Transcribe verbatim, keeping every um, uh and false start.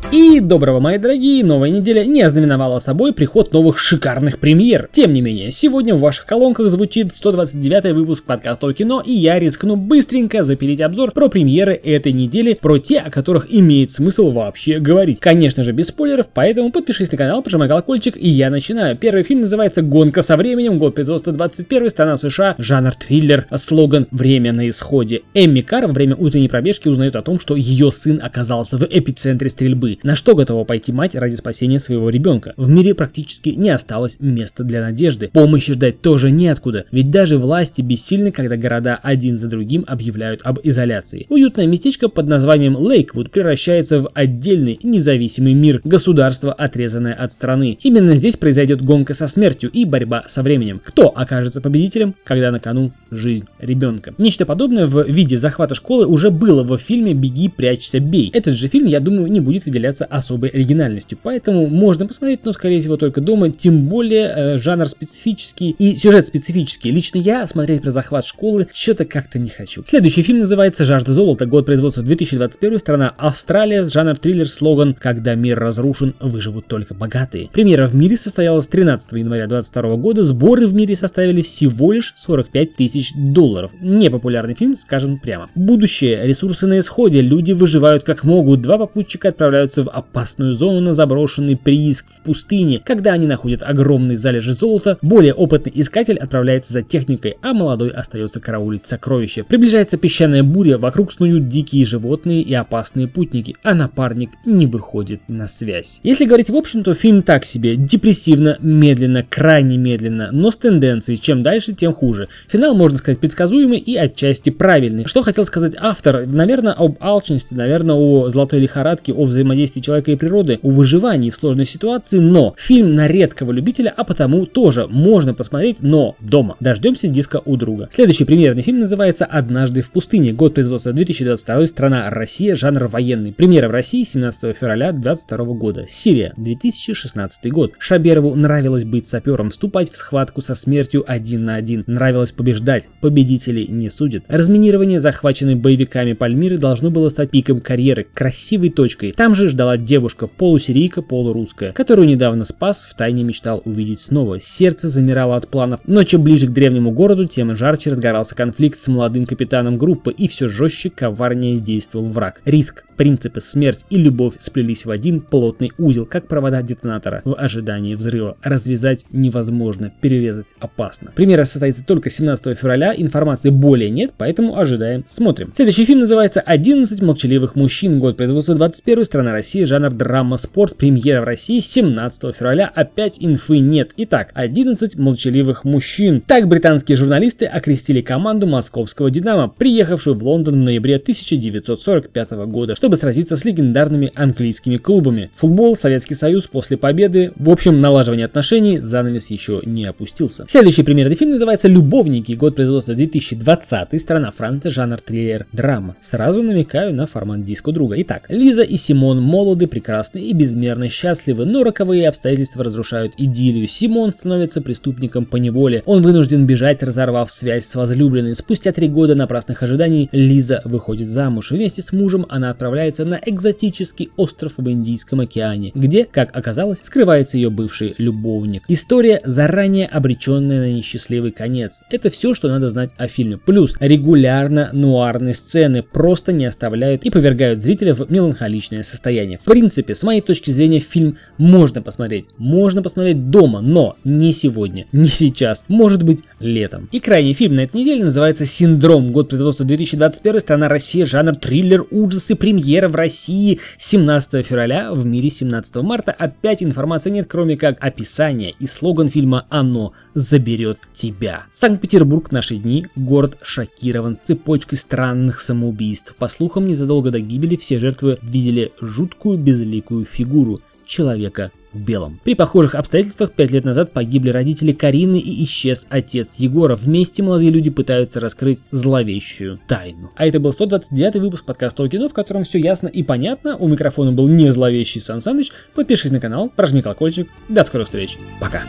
И доброго, мои дорогие, новая неделя не ознаменовала собой приход новых шикарных премьер. Тем не менее, сегодня в ваших колонках звучит сто двадцать девятый выпуск подкаста о кино, и я рискну быстренько запилить обзор про премьеры этой недели, про те, о которых имеет смысл вообще говорить. Конечно же, без спойлеров, поэтому подпишись на канал, прожимай колокольчик, и я начинаю. Первый фильм называется «Гонка со временем», год производства двадцать первый, страна США, жанр триллер, слоган «Время на исходе». Эмми Карр во время утренней пробежки узнает о том, что ее сын оказался в эпицентре стрельбы. На что готова пойти мать ради спасения своего ребенка? В мире практически не осталось места для надежды. Помощи ждать тоже неоткуда, ведь даже власти бессильны, когда города один за другим объявляют об изоляции. Уютное местечко под названием Лейквуд превращается в отдельный независимый мир, государство, отрезанное от страны. Именно здесь произойдет гонка со смертью и борьба со временем. Кто окажется победителем, когда на кону жизнь ребенка? Нечто подобное в виде захвата школы уже было в фильме «Беги, прячься, бей». Этот же фильм, я думаю, не будет выделяться особой оригинальностью, поэтому можно посмотреть, но скорее всего только дома, тем более э, жанр специфический и сюжет специфический. Лично я смотреть про захват школы что-то как-то не хочу. Следующий фильм называется «Жажда золота», год производства две тысячи двадцать первый, страна Австралия, жанр триллер, слоган «Когда мир разрушен, выживут только богатые». Премьера в мире состоялась тринадцатого января две тысячи двадцать второго года, сборы в мире составили всего лишь сорок пять тысяч долларов. Непопулярный фильм, скажем прямо. Будущее, ресурсы на исходе, люди выживают как могут, два попутчика отправляются в опасную зону на заброшенный прииск в пустыне. Когда они находят огромные залежи золота, более опытный искатель отправляется за техникой, а молодой остается караулить сокровища. Приближается песчаная буря, вокруг снуют дикие животные и опасные путники, а напарник не выходит на связь. Если говорить в общем, то фильм так себе, депрессивно, медленно, крайне медленно, но с тенденцией, чем дальше, тем хуже. Финал, можно сказать, предсказуемый и отчасти правильный. Что хотел сказать автор? Наверное, об алчности, наверное, о золотой лихорадке, о взаимодействии человека и природы, о выживании в сложной ситуации, но фильм на редкого любителя, а потому тоже можно посмотреть, но дома. Дождемся диска у друга. Следующий премьерный фильм называется «Однажды в пустыне», год производства две тысячи двадцать второй, страна Россия, жанр военный. Премьера в России семнадцатого февраля две тысячи двадцать второго года. Сирия, две тысячи шестнадцатый год. Шаберову нравилось быть сапером, вступать в схватку со смертью один на один. Нравилось побеждать, победителей не судят. Разминирование захваченной боевиками Пальмиры должно было стать пиком карьеры, красивой точкой. Там же ждала девушка, полусирийка, полурусская, которую недавно спас, втайне мечтал увидеть снова. Сердце замирало от планов, но чем ближе к древнему городу, тем жарче разгорался конфликт с молодым капитаном группы, и все жестче, коварнее действовал враг. Риск, принципы, смерть и любовь сплелись в один плотный узел, как провода детонатора в ожидании взрыва. Развязать невозможно, перерезать опасно. Премьера состоится только семнадцатого февраля, информации более нет, поэтому ожидаем, смотрим. Следующий фильм называется «одиннадцать молчаливых мужчин», год производства двадцать первый, страна Россия, жанр драма, спорт, премьера в России семнадцатого февраля, опять инфы нет. Итак, одиннадцать молчаливых мужчин. Так британские журналисты окрестили команду московского «Динамо», приехавшую в Лондон в ноябре тысяча девятьсот сорок пятого года, чтобы сразиться с легендарными английскими клубами. Футбол, Советский Союз после победы, в общем, налаживание отношений, занавес еще не опустился. Следующий премьерный фильм называется «Любовники», год производства две тысячи двадцатый, страна Франция, жанр триллер, драма. Сразу намекаю на формат диска друга. Итак, Лиза и Симон молоды, прекрасны и безмерно счастливы, но роковые обстоятельства разрушают идиллию. Симон становится преступником по неволе. Он вынужден бежать, разорвав связь с возлюбленной. Спустя три года напрасных ожиданий Лиза выходит замуж. Вместе с мужем она отправляется на экзотический остров в Индийском океане, где, как оказалось, скрывается ее бывший любовник. История, заранее обреченная на несчастливый конец. Это все, что надо знать о фильме. Плюс регулярно нуарные сцены просто не оставляют и повергают зрителя в меланхоличное состояние. В принципе, с моей точки зрения, фильм можно посмотреть. Можно посмотреть дома, но не сегодня, не сейчас. Может быть, летом. И крайний фильм на этой неделе называется «Синдром», год производства две тысячи двадцать первый, страна Россия, жанр триллер, ужасы, премьера в России семнадцатого февраля, в мире семнадцатого марта. Опять информации нет, кроме как описания и слоган фильма «Оно заберет тебя». Санкт-Петербург, наши дни, город шокирован цепочкой странных самоубийств. По слухам, незадолго до гибели все жертвы видели жуткую безликую фигуру человека в белом. При похожих обстоятельствах пять лет назад погибли родители Карины и исчез отец Егора. Вместе молодые люди пытаются раскрыть зловещую тайну. А это был сто двадцать девятый выпуск подкаста о кино, в котором все ясно и понятно. У микрофона был не зловещий Сан Саныч. Подпишись на канал, прожми колокольчик. До скорых встреч. Пока.